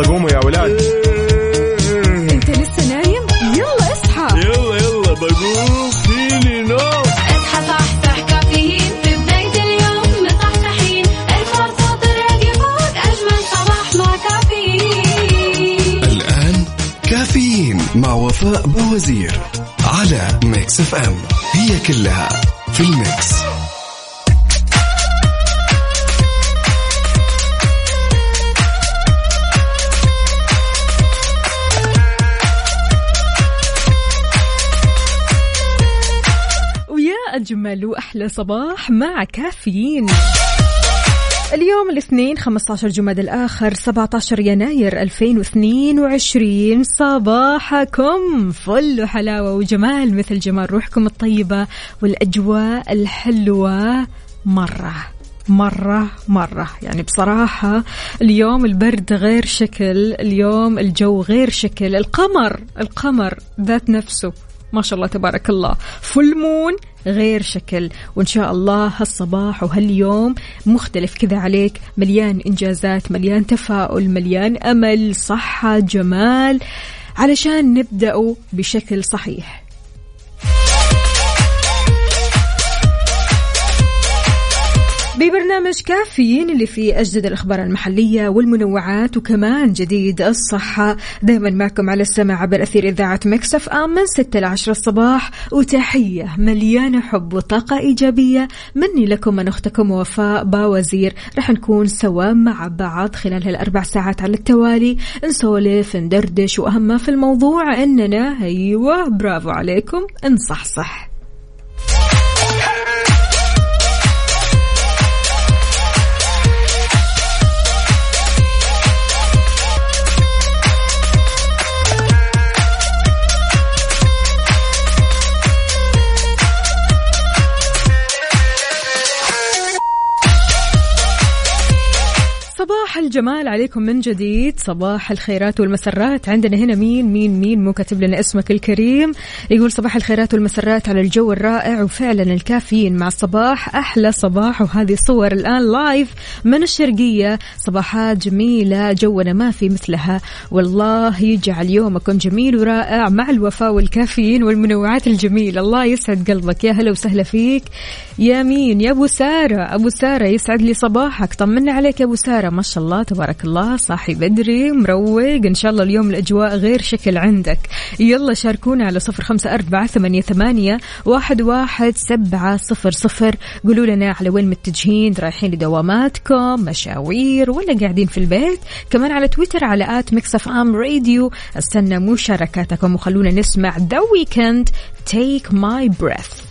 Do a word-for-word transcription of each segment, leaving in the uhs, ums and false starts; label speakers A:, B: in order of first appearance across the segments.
A: يلا قوموا يا ولاد.
B: انت لسه نايم؟ يلا اصحى.
A: يلا يلا بقوم فيني نوم.
C: اصحى صحصح كافيين في بداية اليوم مصحصحين. الفرصة تراك فوق أجمل صباح مع كافيين.
D: الآن كافيين مع وفاء بوزير على ميكس اف ام. هي كلها في الميكس.
B: أجمل وأحلى صباح مع كافيين. اليوم الاثنين خمسة عشر جماد الآخر سبعة عشر يناير ألفين واثنين وعشرين. صباحكم فل وحلاوة وجمال مثل جمال روحكم الطيبة والأجواء الحلوة مرة مرة مرة. يعني بصراحة اليوم البرد غير شكل، اليوم الجو غير شكل، القمر القمر ذات نفسه ما شاء الله تبارك الله فل مون غير شكل. وإن شاء الله هالصباح وهاليوم مختلف كذا عليك، مليان إنجازات، مليان تفاؤل، مليان أمل، صحة، جمال، علشان نبدأ بشكل صحيح. ببرنامج كافيين اللي فيه أجدد الأخبار المحلية والمنوعات وكمان جديد الصحة، دائما معكم على السماع عبر أثير إذاعة ميكس اف ام من ستة لعشرة الصباح. وتحية مليانة حب وطاقة إيجابية مني لكم من أختكم وفاء باوزير. رح نكون سوا مع بعض خلال هالأربع ساعات على التوالي، نسولف ندردش، وأهم ما في الموضوع إننا أيوة برافو عليكم نصحصح. صباح الجمال عليكم من جديد، صباح الخيرات والمسرات. عندنا هنا مين مين مين مو كاتب لنا اسمك الكريم، يقول صباح الخيرات والمسرات على الجو الرائع. وفعلا الكافيين مع الصباح أحلى صباح، وهذه صور الآن لايف من الشرقية. صباحات جميلة جونا ما في مثلها، والله يجعل يومكم جميل ورائع مع الوفاء والكافيين والمنوعات الجميلة. الله يسعد قلبك، يا هلا وسهلا فيك. يا مين يا أبو سارة، أبو سارة يسعد لي صباحك، طمنا عليك يا أبو سارة، ما شاء الله تبارك الله صاحي بدري مروق. إن شاء الله اليوم الأجواء غير شكل عندك. يلا شاركونا على صفر خمسة أربعة ثمانية ثمانية واحد واحد سبعة صفر صفر. قولوا لنا على وين متجهين، رايحين لدواماتكم، مشاوير، ولا قاعدين في البيت. كمان على تويتر على آت ميكس اف ام راديو استنى مشاركاتكم، وخلونا نسمع The Weeknd Take My Breath.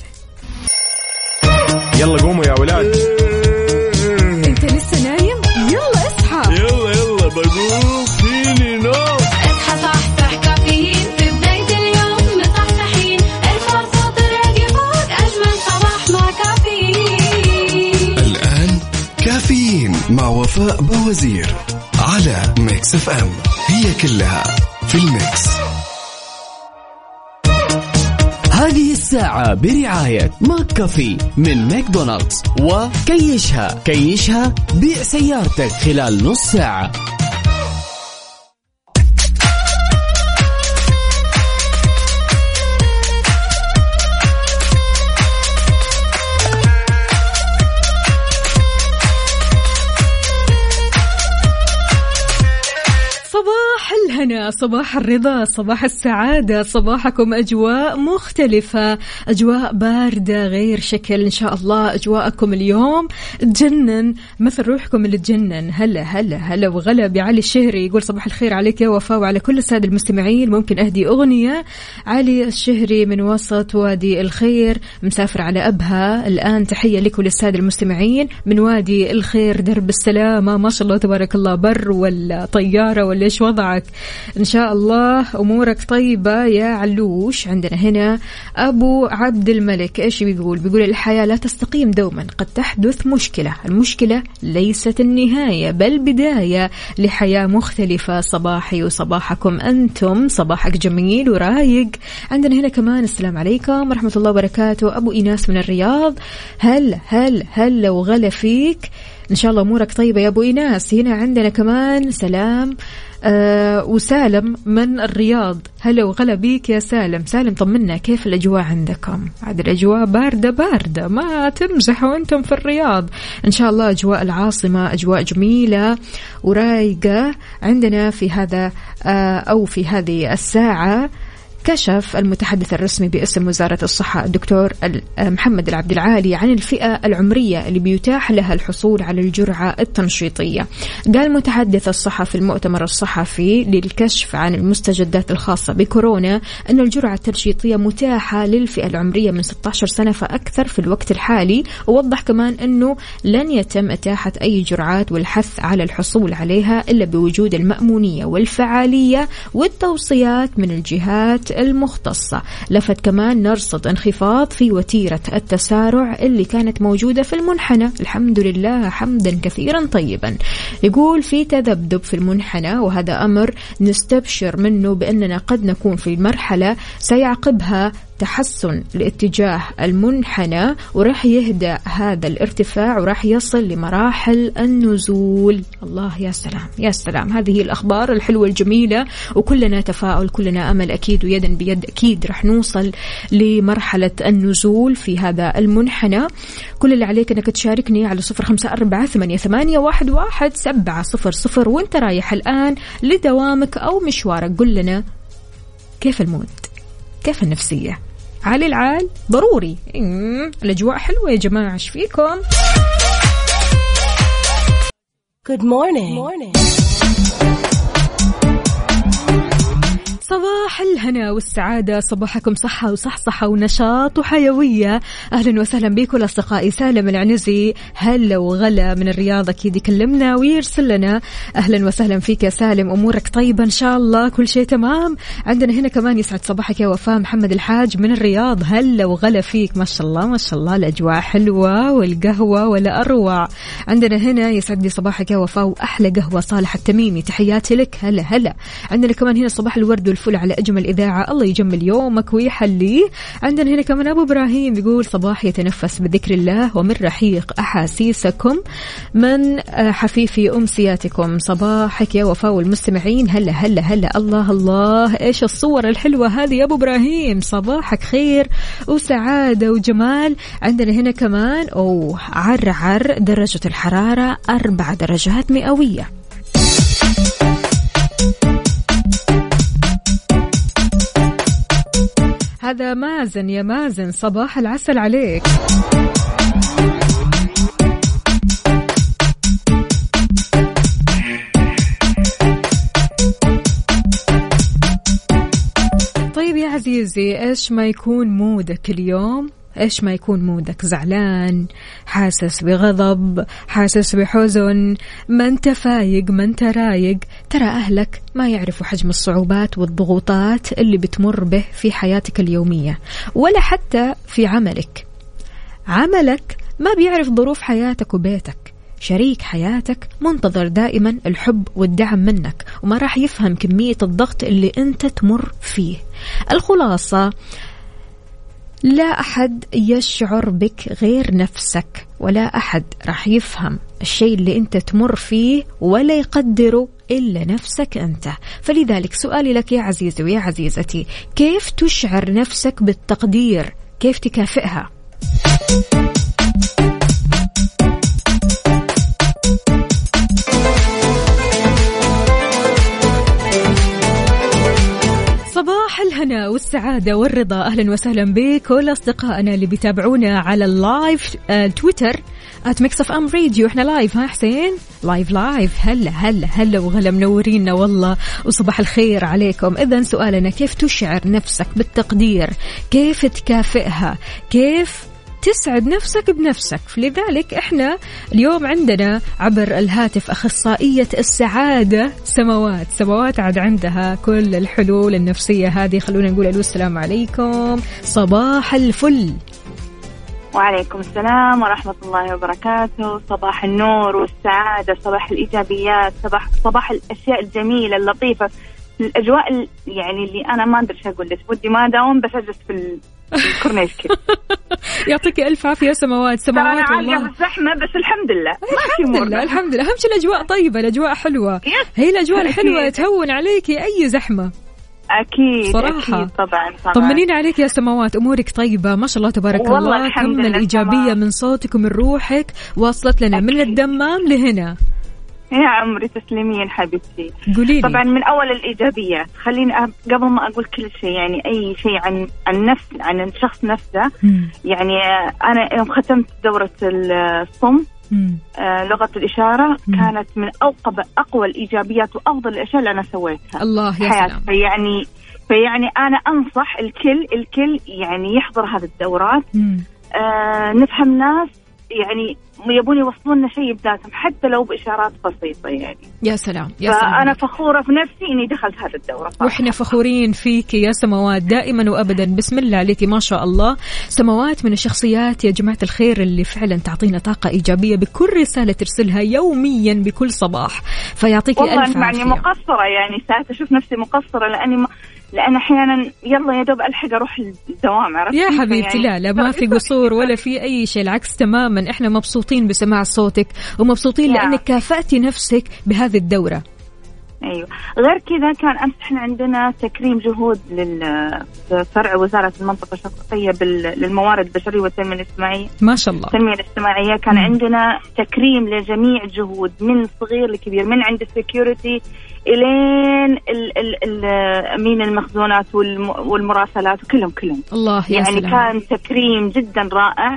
A: يلا قوموا يا ولاد.
B: انت لسه نايم؟ يلا اصحى.
A: يلا يلا بقوم فيني نوم.
C: اصحى صحصح كافيين في بداية اليوم مصحصحين. الفرصة تراك فوق أجمل صباح مع كافيين.
D: الآن كافيين مع وفاء بوزير على ميكس اف ام. هي كلها في الميكس.
E: هذه الساعة برعاية ماك كافي من ماكدونالدز وكيشها. كيشها بيع سيارتك خلال نص ساعة.
B: صباح الهنا، صباح الرضا، صباح السعادة، صباحكم أجواء مختلفة، أجواء باردة غير شكل. إن شاء الله أجواءكم اليوم تجنن مثل روحكم اللي تجنن. هلا هلا هلا وغلا بعلي الشهري، يقول صباح الخير عليك يا وفاء وعلى كل السادة المستمعين. ممكن أهدي أغنية؟ علي الشهري من وسط وادي الخير، مسافر على أبها الآن. تحية لك وللسادة المستمعين من وادي الخير، درب السلامة، ما شاء الله تبارك الله، بر ولا طيارة ولا إيش وضعك؟ إن شاء الله أمورك طيبة يا علوش. عندنا هنا أبو عبد الملك، إيش بيقول؟ بيقول الحياة لا تستقيم دوما، قد تحدث مشكلة، المشكلة ليست النهاية بل بداية لحياة مختلفة. صباحي وصباحكم أنتم، صباحك جميل ورايق. عندنا هنا كمان السلام عليكم ورحمة الله وبركاته، أبو إيناس من الرياض، هل هل هل وغلا فيك. إن شاء الله أمورك طيبة يا أبو إيناس. هنا عندنا كمان سلام آه وسالم من الرياض. هلا وغلا بيك يا سالم. سالم طمنا كيف الأجواء عندكم؟ عاد الأجواء باردة باردة، ما تمزحوا أنتم في الرياض. إن شاء الله أجواء العاصمة أجواء جميلة ورايقة. عندنا في هذا آه أو في هذه الساعة كشف المتحدث الرسمي باسم وزارة الصحة الدكتور محمد العبد العالي عن الفئة العمرية اللي بيتاح لها الحصول على الجرعة التنشيطية. قال متحدث الصحة في المؤتمر الصحفي للكشف عن المستجدات الخاصة بكورونا أن الجرعة التنشيطية متاحة للفئة العمرية من ستة عشر سنة فأكثر في الوقت الحالي، ووضح كمان أنه لن يتم إتاحة أي جرعات والحث على الحصول عليها إلا بوجود المأمونية والفعالية والتوصيات من الجهات المختصة. لفت كمان نرصد انخفاض في وتيرة التسارع اللي كانت موجودة في المنحنى، الحمد لله حمدا كثيرا طيبا. يقول في تذبذب في المنحنى وهذا أمر نستبشر منه بأننا قد نكون في مرحلة سيعقبها تحسن لاتجاه المنحنى وراح يهدأ هذا الارتفاع وراح يصل لمراحل النزول. الله يا سلام يا سلام، هذه الأخبار الحلوة الجميلة وكلنا تفاؤل كلنا أمل أكيد ويدا بيد أكيد راح نوصل لمرحلة النزول في هذا المنحنى. كل اللي عليك أنك تشاركني على صفر خمسة أربعة ثمانية ثمانية واحد واحد سبعة صفر صفر وانت رايح الآن لدوامك أو مشوارك. قل لنا كيف المود، كيف النفسية؟ عالي العال ضروري. الأجواء حلوة يا جماعة، ايش فيكم؟
F: Good morning. Good morning.
B: صباح الهنا والسعادة، صباحكم صحة وصحصحة ونشاط وحيوية. أهلا وسهلا بكم أصدقائي. سالم العنزي هلا وغلا من الرياض أكيد يكلمنا ويرسل لنا. أهلا وسهلا فيك يا سالم، أمورك طيبة إن شاء الله، كل شيء تمام. عندنا هنا كمان يسعد صباحك يا وفاء محمد الحاج من الرياض. هلا وغلا فيك، ما شاء الله ما شاء الله الأجواء حلوة والقهوة ولا أروع. عندنا هنا يسعد لي صباحك يا وفاء وأحلى قهوة صالح التميمي، تحياتي لك. هلا هلا. عندنا كمان هنا صباح الورد فل على أجمل إذاعة، الله يجمل يومك ويحليه. عندنا هنا كمان أبو إبراهيم بيقول صباح يتنفس بذكر الله ومن رحيق أحاسيسكم من حفيفي أمسياتكم. صباحك يا وفاء والمستمعين. هلا هلا هلا. الله الله إيش الصور الحلوة هذه يا أبو إبراهيم، صباحك خير وسعادة وجمال. عندنا هنا كمان أوه عرعر درجة الحرارة أربع درجات مئوية. هذا مازن يا مازن، صباح العسل عليك. طيب يا عزيزي، إيش ما يكون مودك اليوم؟ إيش ما يكون مودك؟ زعلان، حاسس بغضب، حاسس بحزن، ما انت فايق، ما انت رايق، ترى أهلك ما يعرفوا حجم الصعوبات والضغوطات اللي بتمر به في حياتك اليومية ولا حتى في عملك. عملك ما بيعرف ظروف حياتك وبيتك. شريك حياتك منتظر دائما الحب والدعم منك وما راح يفهم كمية الضغط اللي انت تمر فيه. الخلاصة، لا أحد يشعر بك غير نفسك، ولا أحد راح يفهم الشيء اللي أنت تمر فيه ولا يقدره إلا نفسك أنت. فلذلك سؤالي لك يا عزيزي ويا عزيزتي، كيف تشعر نفسك بالتقدير؟ كيف تكافئها؟ صباح الهنا والسعادة والرضا. أهلا وسهلا بكل أصدقائنا اللي بيتابعونا على اللايف آه تويتر آت ميكس أف أم راديو. إحنا لايف، ها حسين؟ لايف لايف. هلا هلا هلا وغلا منورينا والله، وصباح الخير عليكم. إذن سؤالنا، كيف تشعر نفسك بالتقدير؟ كيف تكافئها؟ كيف تسعد نفسك بنفسك؟ فلذلك احنا اليوم عندنا عبر الهاتف أخصائية السعادة سماوات. سماوات عاد عندها كل الحلول النفسية هذه. خلونا نقول ألو، السلام عليكم، صباح الفل.
G: وعليكم السلام ورحمة الله وبركاته. صباح النور والسعادة، صباح الإيجابيات، صباح صباح الأشياء الجميلة اللطيفة، الأجواء يعني اللي أنا ما أدري شو أقول لك، ودي ما داوم بس أجلس في كورنيش كده.
B: يعطيك ألف عافية سماوات. سماوات
G: أنا
B: والله
G: عالقة بالزحمة بس الحمد لله.
B: الحمد لله الحمد لله. أهم شيء الأجواء طيبة، الأجواء حلوة، هي الأجواء الحلوة تهون عليكي أي زحمة.
G: أكيد
B: صراحة.
G: أكيد طبعا طبعا.
B: طمنين عليك يا سماوات، أمورك طيبة ما شاء الله تبارك الله، كم الإيجابية من صوتك ومن روحك واصلت لنا أكيد. من الدمام لهنا
G: يا عمري تسلمين حبيبتي.
B: قوليلي.
G: طبعا من أول الإيجابيات خليني قبل ما أقول كل شيء يعني أي شيء عن النفس عن الشخص نفسه. م. يعني أنا يوم ختمت دورة الصم آه لغة الإشارة م. كانت من أقوى أقوى الإيجابيات وأفضل الأشياء اللي أنا سويتها.
B: الله يا سلام.
G: فيعني فيعني أنا أنصح الكل الكل يعني يحضر هذه الدورات. آه نفهم ناس يعني يبون يوصلون لنا شيء بذاتهم حتى لو بإشارات بسيطة يعني.
B: يا سلام يا
G: سلام.
B: فأنا
G: فخورة في نفسي إني دخلت هذه الدورة صراحة.
B: وإحنا فخورين فيك يا سماوات دائما وأبدا. بسم الله عليك ما شاء الله. سماوات من الشخصيات يا جماعة الخير اللي فعلا تعطينا طاقة إيجابية بكل رسالة ترسلها يوميا بكل صباح، فيعطيك ألف عافية.
G: والله يعني مقصرة يعني ساعات أشوف نفسي مقصرة لأني م... لأن أحيانا يلا يا دوب ألحق أروح الدوام. عرفت
B: يا حبيبتي؟ لا لا ما في قصور ولا في أي شيء، العكس تماما. إحنا مبسوطين بسماع صوتك ومبسوطين لأنك كافأتي نفسك بهذه الدورة.
G: أيوة. غير كذا كان أمس إحنا عندنا تكريم جهود للفرع وزارة المنطقة الشرقية للموارد البشرية والتنمية الاجتماعية.
B: ما شاء الله.
G: التنمية الاجتماعية كان م. عندنا تكريم لجميع الجهود من صغير لكبير، من عند السكيورتي إلين ال ال أمين المخزونات والمراسلات وكلهم كلهم.
B: الله يا
G: يعني
B: سلام.
G: كان تكريم جدا رائع.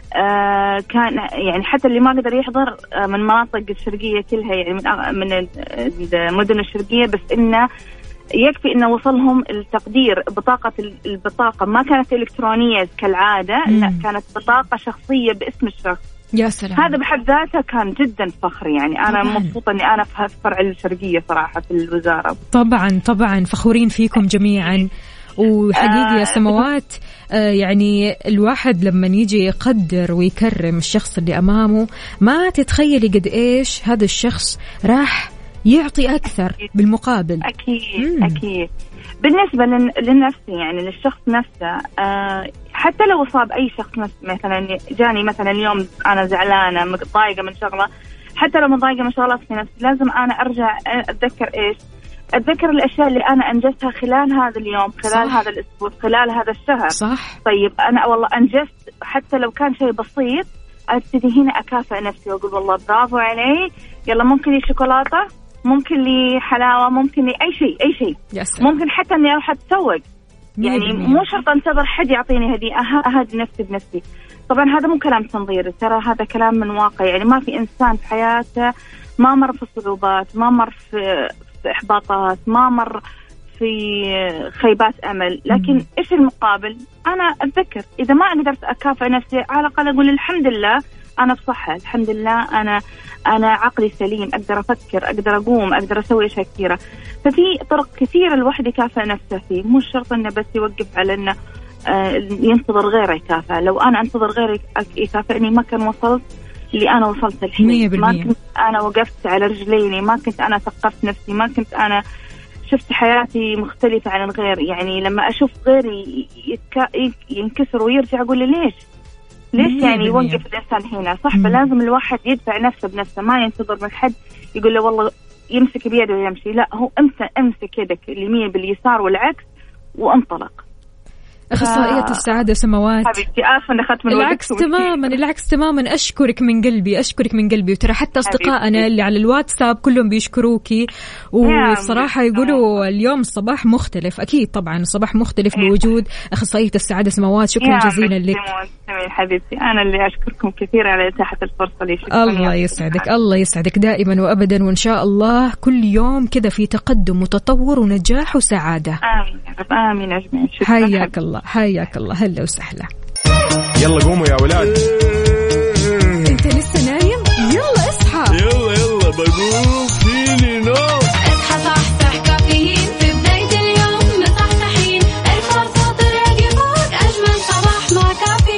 G: آه كان يعني حتى اللي ما قدر يحضر آه من مناطق الشرقية كلها يعني من من المدن الشرقية، بس إنه يكفي إنه وصلهم التقدير. بطاقة البطاقة ما كانت إلكترونية كالعادة، مم. لا كانت بطاقة شخصية باسم الشخص.
B: يا سلام.
G: هذا بحد ذاته كان جدا فخر يعني. أنا طبعاً. مبسوطة إني أنا في فرع الشرقية صراحة في الوزارة.
B: طبعا طبعا فخورين فيكم جميعا. وحقيقي يا سماوات آه يعني الواحد لما يجي يقدر ويكرم الشخص اللي أمامه ما تتخيلي قد إيش هذا الشخص راح يعطي أكثر بالمقابل.
G: أكيد مم. أكيد. بالنسبة للنفس يعني للشخص نفسه آه حتى لو صاب أي شخص نفسه مثلا جاني مثلا اليوم أنا زعلانة متضايقة من شغلة، حتى لو متضايقة من شغلة في نفسي لازم أنا أرجع أتذكر إيش أتذكر الأشياء اللي أنا أنجزتها خلال هذا اليوم، خلال صح. هذا الأسبوع، خلال هذا الشهر.
B: صح.
G: طيب أنا والله أنجزت حتى لو كان شيء بسيط، أبتدي هنا أكافئ نفسي وأقول والله برافو علي، يلا ممكن لي شوكولاتة، ممكن لي حلاوة، ممكن لي أي شيء أي شيء. ممكن حتى إني أروح أتسوق يعني مو شرط أنتظر حد يعطيني هدية، أهدي نفسي بنفسي. طبعا هذا مو كلام تنظير، ترى هذا كلام من واقع. يعني ما في إنسان في حياته ما مر في صعوبات، ما مر في إحباطات، ما مر في خيبات أمل، لكن مم. إيش المقابل؟ أنا أتذكر إذا ما قدرت أكافئ نفسي على الأقل أقول الحمد لله أنا بصحة، الحمد لله أنا أنا عقلي سليم، أقدر أفكر، أقدر أقوم، أقدر أسوي أشياء كثيرة. ففي طرق كثيرة الواحد يكافئ نفسه فيه، مو شرط إنه بس يوقف على إنه ينتظر غيره يكافئ. لو أنا أنتظر غيري يكافئني ما كان وصلت اللي أنا وصلت الحين، ما كنت أنا وقفت على رجليني، ما كنت أنا ثقفت نفسي، ما كنت أنا شفت حياتي مختلفة عن الغير. يعني لما أشوف غيري يتكا... ينكسر ويرجع أقول لي ليش ليش يعني يوقف الإنسان هنا؟ صح. فلازم الواحد يدفع نفسه بنفسه، ما ينتظر من حد يقول له والله يمسك بيده ويمشي، لا هو امسك امسك يدك اليمين باليسار والعكس وانطلق.
B: أخصائية آه. السعادة سماوات
G: حبيبتي آسفة أن أخذت من
B: العكس تماما، العكس تماما. أشكرك من قلبي، أشكرك من قلبي. وترى حتى أصدقائنا اللي على الواتساب كلهم بيشكروكي، وصراحة يقولوا اليوم الصباح مختلف. أكيد طبعا الصباح مختلف بوجود أخصائية السعادة سماوات. شكرا جزيلا لك
G: حبيبتي. أنا اللي أشكركم كثير على إتاحة الفرصة لي.
B: الله يسعدك، الله يسعدك دائما وأبدا، وإن شاء الله كل يوم كذا في تقدم وتطور ونجاح وسعادة.
G: آمين يا رب، آمين أجمعين.
B: حياك الله، حياك الله، هلا وسهلا.
A: يلا قوموا يا ولاد.
B: انت لسه نايم؟ يلا اصحى.
A: يلا يلا بقوم فيني نوم.
C: اصحى صحصح كافيين في بداية اليوم مصحصحين، ارفع صوت الراديو فوق أجمل صباح مع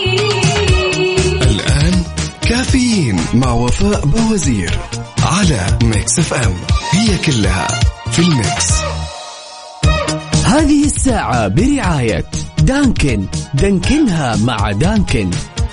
C: كافيين.
D: الآن كافيين مع وفاء بوزير على ميكس اف ام، هي كلها في الميكس.
E: هذه الساعة برعاية دانكن، دانكنها مع دانكن.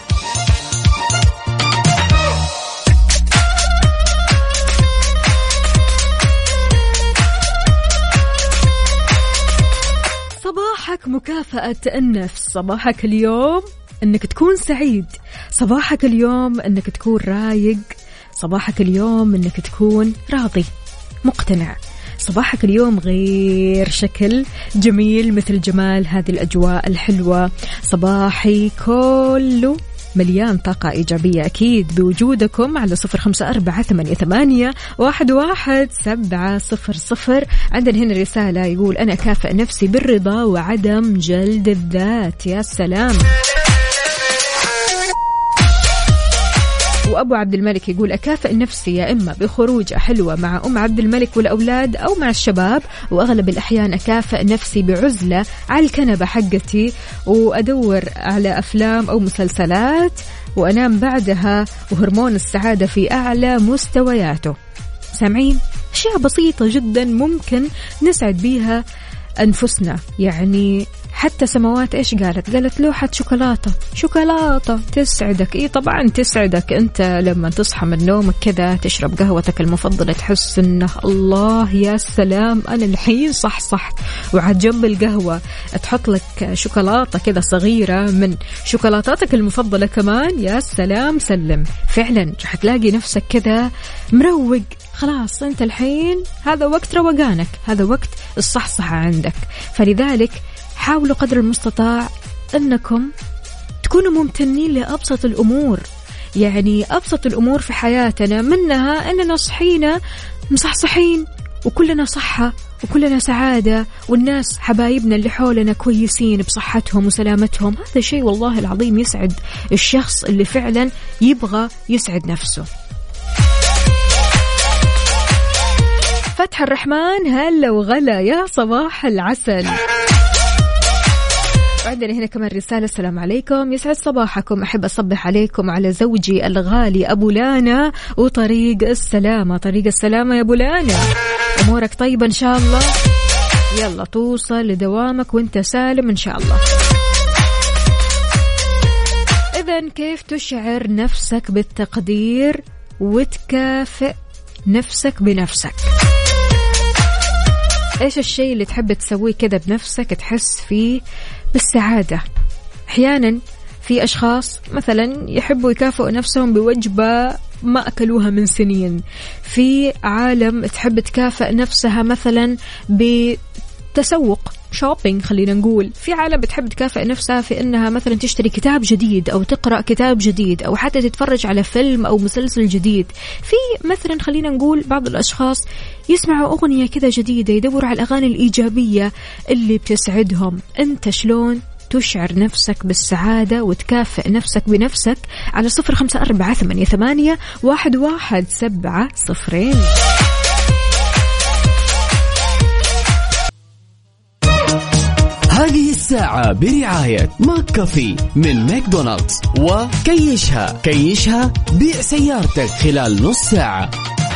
B: صباحك مكافأة النفس، صباحك اليوم أنك تكون سعيد، صباحك اليوم أنك تكون رايق، صباحك اليوم أنك تكون راضي مقتنع، صباحك اليوم غير شكل جميل مثل جمال هذه الأجواء الحلوة. صباحي كله مليان طاقة إيجابية أكيد بوجودكم على صفر خمسة أربعة ثمانية ثمانية واحد واحد سبعة صفر صفر. عندنا هنا رسالة يقول أنا أكافئ نفسي بالرضا وعدم جلد الذات. يا سلام. وأبو عبد الملك يقول أكافئ نفسي يا إما بخروجة حلوة مع أم عبد الملك والأولاد أو مع الشباب، وأغلب الأحيان أكافئ نفسي بعزلة على الكنبة حقتي وأدور على أفلام أو مسلسلات وأنام بعدها وهرمون السعادة في أعلى مستوياته. سامعين؟ أشياء بسيطة جدا ممكن نسعد بيها أنفسنا. يعني حتى سماوات إيش قالت؟ قالت لوحة شوكولاتة، شوكولاتة تسعدك. إيه طبعا تسعدك. أنت لما تصحى من نومك كذا تشرب قهوتك المفضلة تحس إنه الله يا سلام أنا الحين صح صح. وعاد جنب القهوة تحط لك شوكولاتة كذا صغيرة من شوكولاتاتك المفضلة كمان، يا سلام سلم. فعلا رح تلاقي نفسك كذا مروق. خلاص أنت الحين هذا وقت روقانك، هذا وقت الصحصحة عندك. فلذلك حاولوا قدر المستطاع أنكم تكونوا ممتنين لأبسط الأمور. يعني أبسط الأمور في حياتنا منها أننا صحينا مصحصحين وكلنا صحة وكلنا سعادة، والناس حبايبنا اللي حولنا كويسين بصحتهم وسلامتهم. هذا شيء والله العظيم يسعد الشخص اللي فعلا يبغى يسعد نفسه. فتح الرحمن هلا وغلا، يا صباح العسل. وعندنا هنا كمان رسالة السلام عليكم يسعد صباحكم، أحب أصبح عليكم على زوجي الغالي أبو لانا وطريق السلامة. طريق السلامة يا أبو لانا، أمورك طيبة إن شاء الله، يلا توصل لدوامك وانت سالم إن شاء الله. إذن كيف تشعر نفسك بالتقدير وتكافئ نفسك بنفسك؟ إيش الشيء اللي تحب تسويه كذا بنفسك تحس فيه بالسعادة؟ أحيانا في أشخاص مثلا يحبوا يكافئوا نفسهم بوجبة ما أكلوها من سنين، في عالم تحب تكافئ نفسها مثلا بتسوق شوبينج خلينا نقول، في عالم بتحب تكافئ نفسها في أنها مثلا تشتري كتاب جديد أو تقرأ كتاب جديد أو حتى تتفرج على فيلم أو مسلسل جديد. في مثلا خلينا نقول بعض الأشخاص يسمعوا أغنية كذا جديدة، يدوروا على الأغاني الإيجابية اللي بتسعدهم. أنت شلون تشعر نفسك بالسعادة وتكافئ نفسك بنفسك؟ على صفر خمسة أربعة ثمانية ثمانية واحد واحد سبعة صفرين.
E: هذه الساعة برعاية ماك كافي من ماكدونالدز وكيشها. كيشها بيع سيارتك خلال نص ساعة.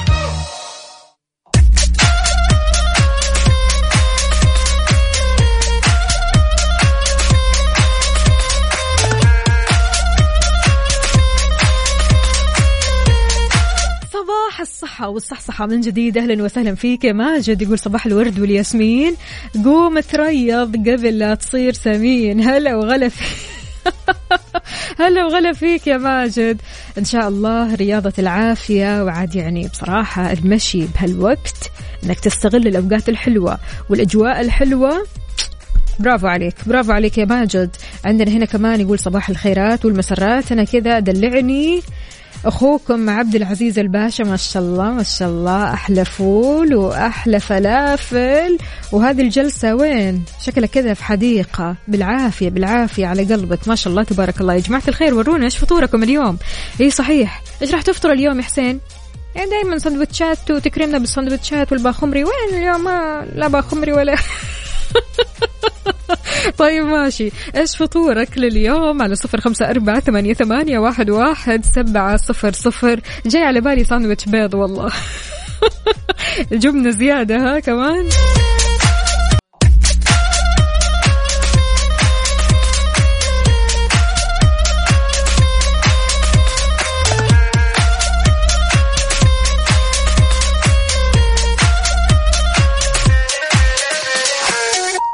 B: الصحة والصحصحة من جديد. أهلا وسهلا فيك يا ماجد. يقول صباح الورد والياسمين، قوم تريض قبل لا تصير سمين. هلا وغلا فيك هلا وغلا فيك يا ماجد. إن شاء الله رياضة العافية. وعاد يعني بصراحة المشي بهالوقت أنك تستغل الأوقات الحلوة والأجواء الحلوة. برافو عليك برافو عليك يا ماجد. عندنا هنا كمان يقول صباح الخيرات والمسرات، أنا كذا دلعني أخوكم عبد العزيز الباشا. ما شاء الله ما شاء الله، أحلى فول وأحلى فلافل. وهذه الجلسة وين؟ شكلك كذا في حديقة. بالعافية بالعافية على قلبك، ما شاء الله تبارك الله. يا جماعة الخير ورونا إيش فطوركم اليوم. إيه صحيح، إيش راح تفطر اليوم يا حسين؟ يعني دايما سندوتشات وتكرمنا بالسندوتشات والباخمري. وين اليوم؟ ما لا باخمري ولا طيب ماشي. إيش فطورك لليوم؟ على صفر خمسة أربعة ثمانية ثمانية واحد واحد سبعة صفر صفر. جاي على بالي ساندويتش بيض والله جبنة زيادة ها كمان.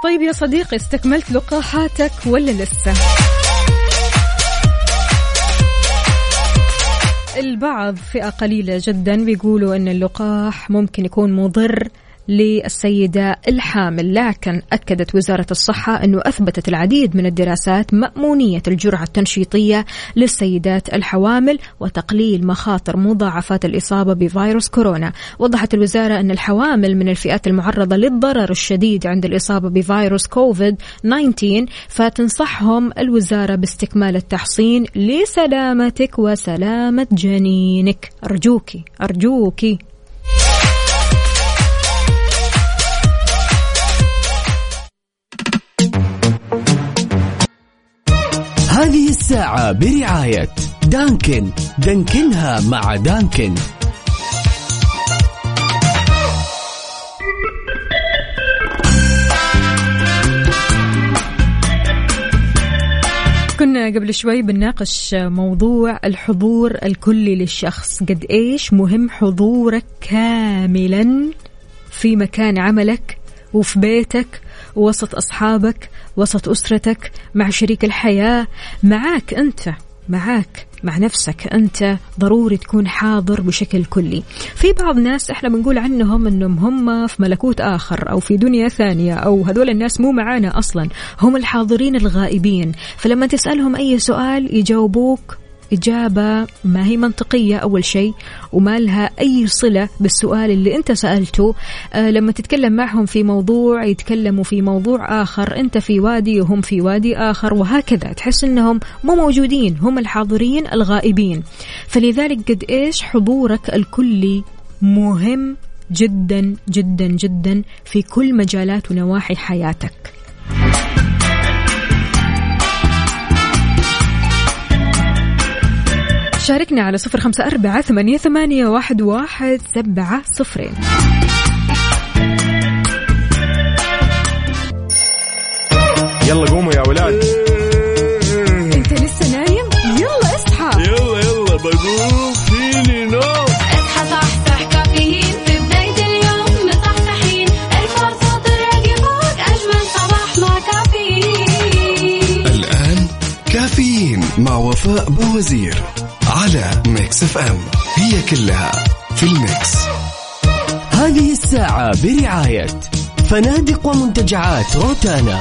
B: طيب يا صديقي، استكملت لقاحاتك ولا لسه؟ البعض فئة قليلة جدا بيقولوا أن اللقاح ممكن يكون مضر للسيدة الحامل، لكن أكدت وزارة الصحة أنه أثبتت العديد من الدراسات مأمونية الجرعة التنشيطية للسيدات الحوامل وتقليل مخاطر مضاعفات الإصابة بفيروس كورونا. وضحت الوزارة أن الحوامل من الفئات المعرضة للضرر الشديد عند الإصابة بفيروس كوفيد تسعة عشر، فتنصحهم الوزارة باستكمال التحصين لسلامتك وسلامة جنينك. أرجوكي أرجوكي.
E: هذه الساعة برعاية دانكن، دانكنها مع دانكن.
B: كنا قبل شوي بنناقش موضوع الحضور الكلي للشخص، قد إيش مهم حضورك كاملا في مكان عملك وفي بيتك وسط أصحابك وسط أسرتك مع شريك الحياة، معاك أنت، معاك مع نفسك أنت، ضروري تكون حاضر بشكل كلي. في بعض ناس إحنا بنقول عنهم أنهم هم في ملكوت آخر أو في دنيا ثانية، أو هذول الناس مو معانا أصلا، هم الحاضرين الغائبين. فلما تسألهم أي سؤال يجاوبوك إجابة ما هي منطقية أول شيء، وما لها أي صلة بالسؤال اللي أنت سألته. آه لما تتكلم معهم في موضوع يتكلموا في موضوع آخر، أنت في وادي وهم في وادي آخر، وهكذا تحس أنهم مو موجودين، هم الحاضرين الغائبين. فلذلك قد إيش حضورك الكلي مهم جدا جدا جدا في كل مجالات ونواحي حياتك. شاركنا على صفر خمسة أربعة ثمانية ثمانية واحد واحد سبعة صفرين.
A: يلا قوموا يا ولاد.
B: انت لسه نايم؟ يلا اصحى.
A: يلا يلا بقوم فيني نوم.
C: اصحى صحصح كافيين في بداية اليوم مصحصحين، الفرصة تراقي فوق أجمل صباح مع كافيين.
D: الآن كافيين مع وفاء بوزير على ميكس اف ام، هي كلها في الميكس.
E: هذه الساعة برعاية فنادق ومنتجعات روتانا.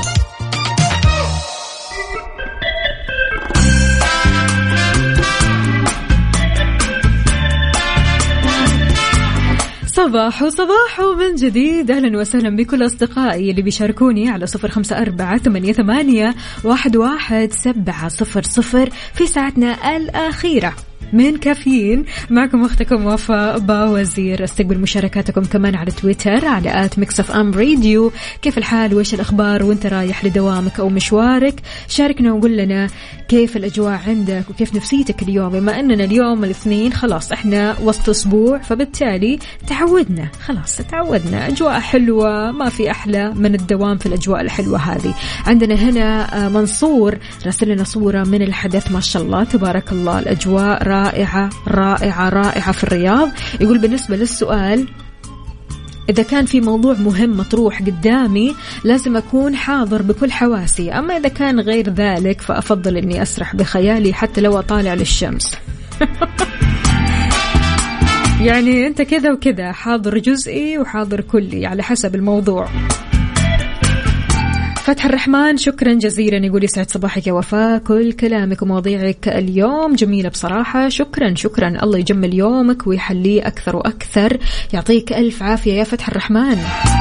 B: صباح وصباح من جديد، أهلا وسهلا بكل أصدقائي اللي بيشاركوني على صفر خمسة أربعة ثمانية ثمانية واحد واحد سبعة صفر صفر في ساعتنا الأخيرة من كافيين. معكم أختكم وفاء باوزير. استقبل مشاركاتكم كمان على تويتر على آت ميكس أف أم راديو. كيف الحال وإيش الأخبار وانت رايح لدوامك أو مشوارك؟ شاركنا وقول لنا كيف الأجواء عندك وكيف نفسيتك اليوم، بما أننا اليوم الاثنين خلاص إحنا وسط أسبوع، فبالتالي تعودنا خلاص تعودنا أجواء حلوة، ما في أحلى من الدوام في الأجواء الحلوة هذه. عندنا هنا منصور راسل لنا صورة من الحدث، ما شاء الله تبارك الله، الأجواء رائعة رائعة رائعة في الرياض. يقول بالنسبة للسؤال، إذا كان في موضوع مهم مطروح قدامي لازم أكون حاضر بكل حواسي، أما إذا كان غير ذلك فأفضل أني أسرح بخيالي حتى لو أطالع للشمس. يعني أنت كذا وكذا، حاضر جزئي وحاضر كلي على حسب الموضوع. فتح الرحمن شكرا جزيلا، يقول يسعد صباحك يا وفاء، كل كلامك ومواضيعك اليوم جميلة بصراحة، شكرا شكرا، الله يجمل يومك ويحليه أكثر وأكثر، يعطيك ألف عافية يا فتح الرحمن.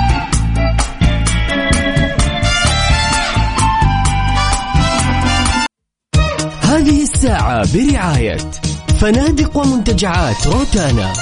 E: هذه الساعة برعاية فنادق ومنتجعات روتانا.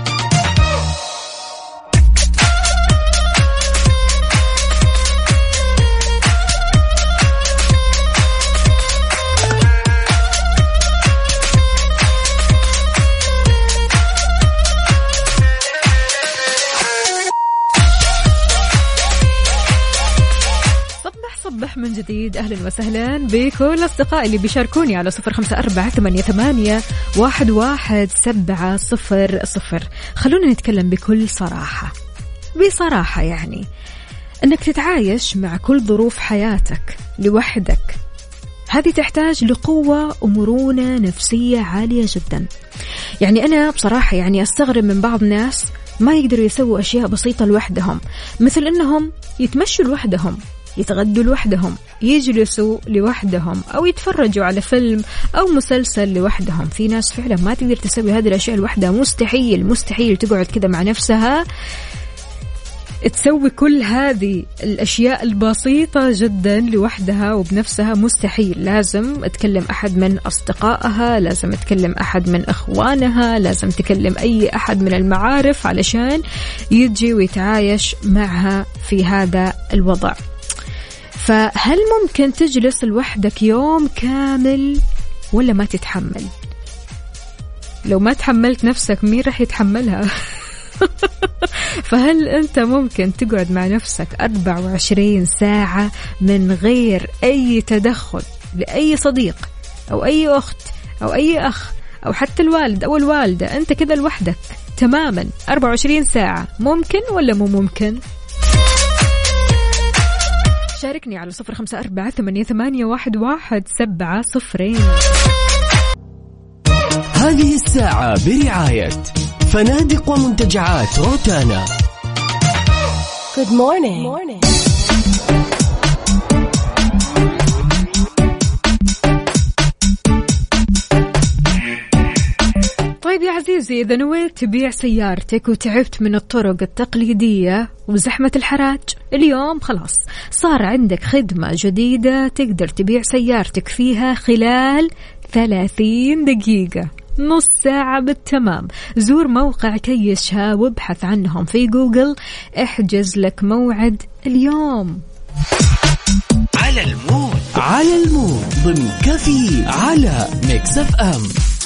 B: من جديد أهلا وسهلا بكل أصدقائي اللي بيشاركوني على صفر خمسة أربعة ثمانية ثمانية واحد واحد سبعة صفر صفر. خلونا نتكلم بكل صراحة، بصراحة يعني أنك تتعايش مع كل ظروف حياتك لوحدك، هذه تحتاج لقوة ومرونة نفسية عالية جدا. يعني أنا بصراحة يعني أستغرب من بعض الناس ما يقدروا يسووا أشياء بسيطة لوحدهم، مثل أنهم يتمشوا لوحدهم، يتغدوا لوحدهم، يجلسوا لوحدهم، أو يتفرجوا على فيلم أو مسلسل لوحدهم. في ناس فعلا ما تقدر تسوي هذه الأشياء لوحدها، مستحيل مستحيل تقعد كذا مع نفسها تسوي كل هذه الأشياء البسيطة جدا لوحدها وبنفسها، مستحيل. لازم تكلم أحد من أصدقائها، لازم تكلم أحد من أخوانها، لازم تكلم أي أحد من المعارف علشان يجي ويتعايش معها في هذا الوضع. فهل ممكن تجلس لوحدك يوم كامل ولا ما تتحمل؟ لو ما تحملت نفسك مين رح يتحملها؟ فهل أنت ممكن تقعد مع نفسك أربعة وعشرين ساعة من غير أي تدخل لأي صديق أو أي أخت أو أي أخ أو حتى الوالد أو الوالدة؟ أنت كذا لوحدك تماما أربعة وعشرين ساعة، ممكن ولا مو ممكن؟ شاركني على صفر خمسة أربعة ثمانية ثمانية واحد واحد سبعة صفرين.
E: هذه الساعة برعاية فنادق ومنتجعات روتانا.
F: Good morning. Good morning.
B: طيب يا عزيزي، إذا نويت تبيع سيارتك وتعبت من الطرق التقليدية وزحمة الحراج، اليوم خلاص صار عندك خدمة جديدة تقدر تبيع سيارتك فيها خلال ثلاثين دقيقة، نص ساعة بالتمام. زور موقع كيشها وابحث عنهم في جوجل، احجز لك موعد اليوم.
E: على المود على المود ضمن كافيين على ميكس اف ام.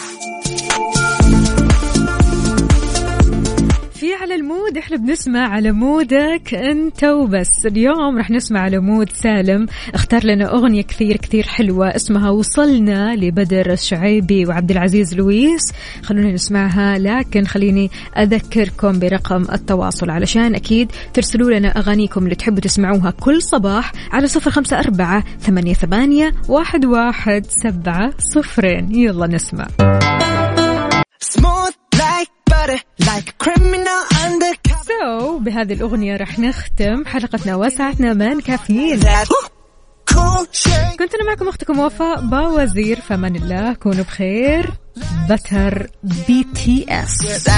B: في على المود احنا بنسمع على مودك انت وبس. اليوم رح نسمع على مود سالم، اختار لنا اغنية كثير كثير حلوة اسمها وصلنا لبدر الشعيبي وعبد العزيز لويس. خلونا نسمعها، لكن خليني اذكركم برقم التواصل علشان اكيد ترسلوا لنا اغانيكم اللي تحبوا تسمعوها كل صباح على صفر خمسة أربعة ثمانية ثمانية واحد واحد سبعة صفرين. يلا نسمع. سو بهذه الأغنية رح نختم حلقتنا وساعتنا من كافيين. كنت أنا معكم أختكم وفاء باوزير، فمن الله كونوا بخير. بتر بي تي اس.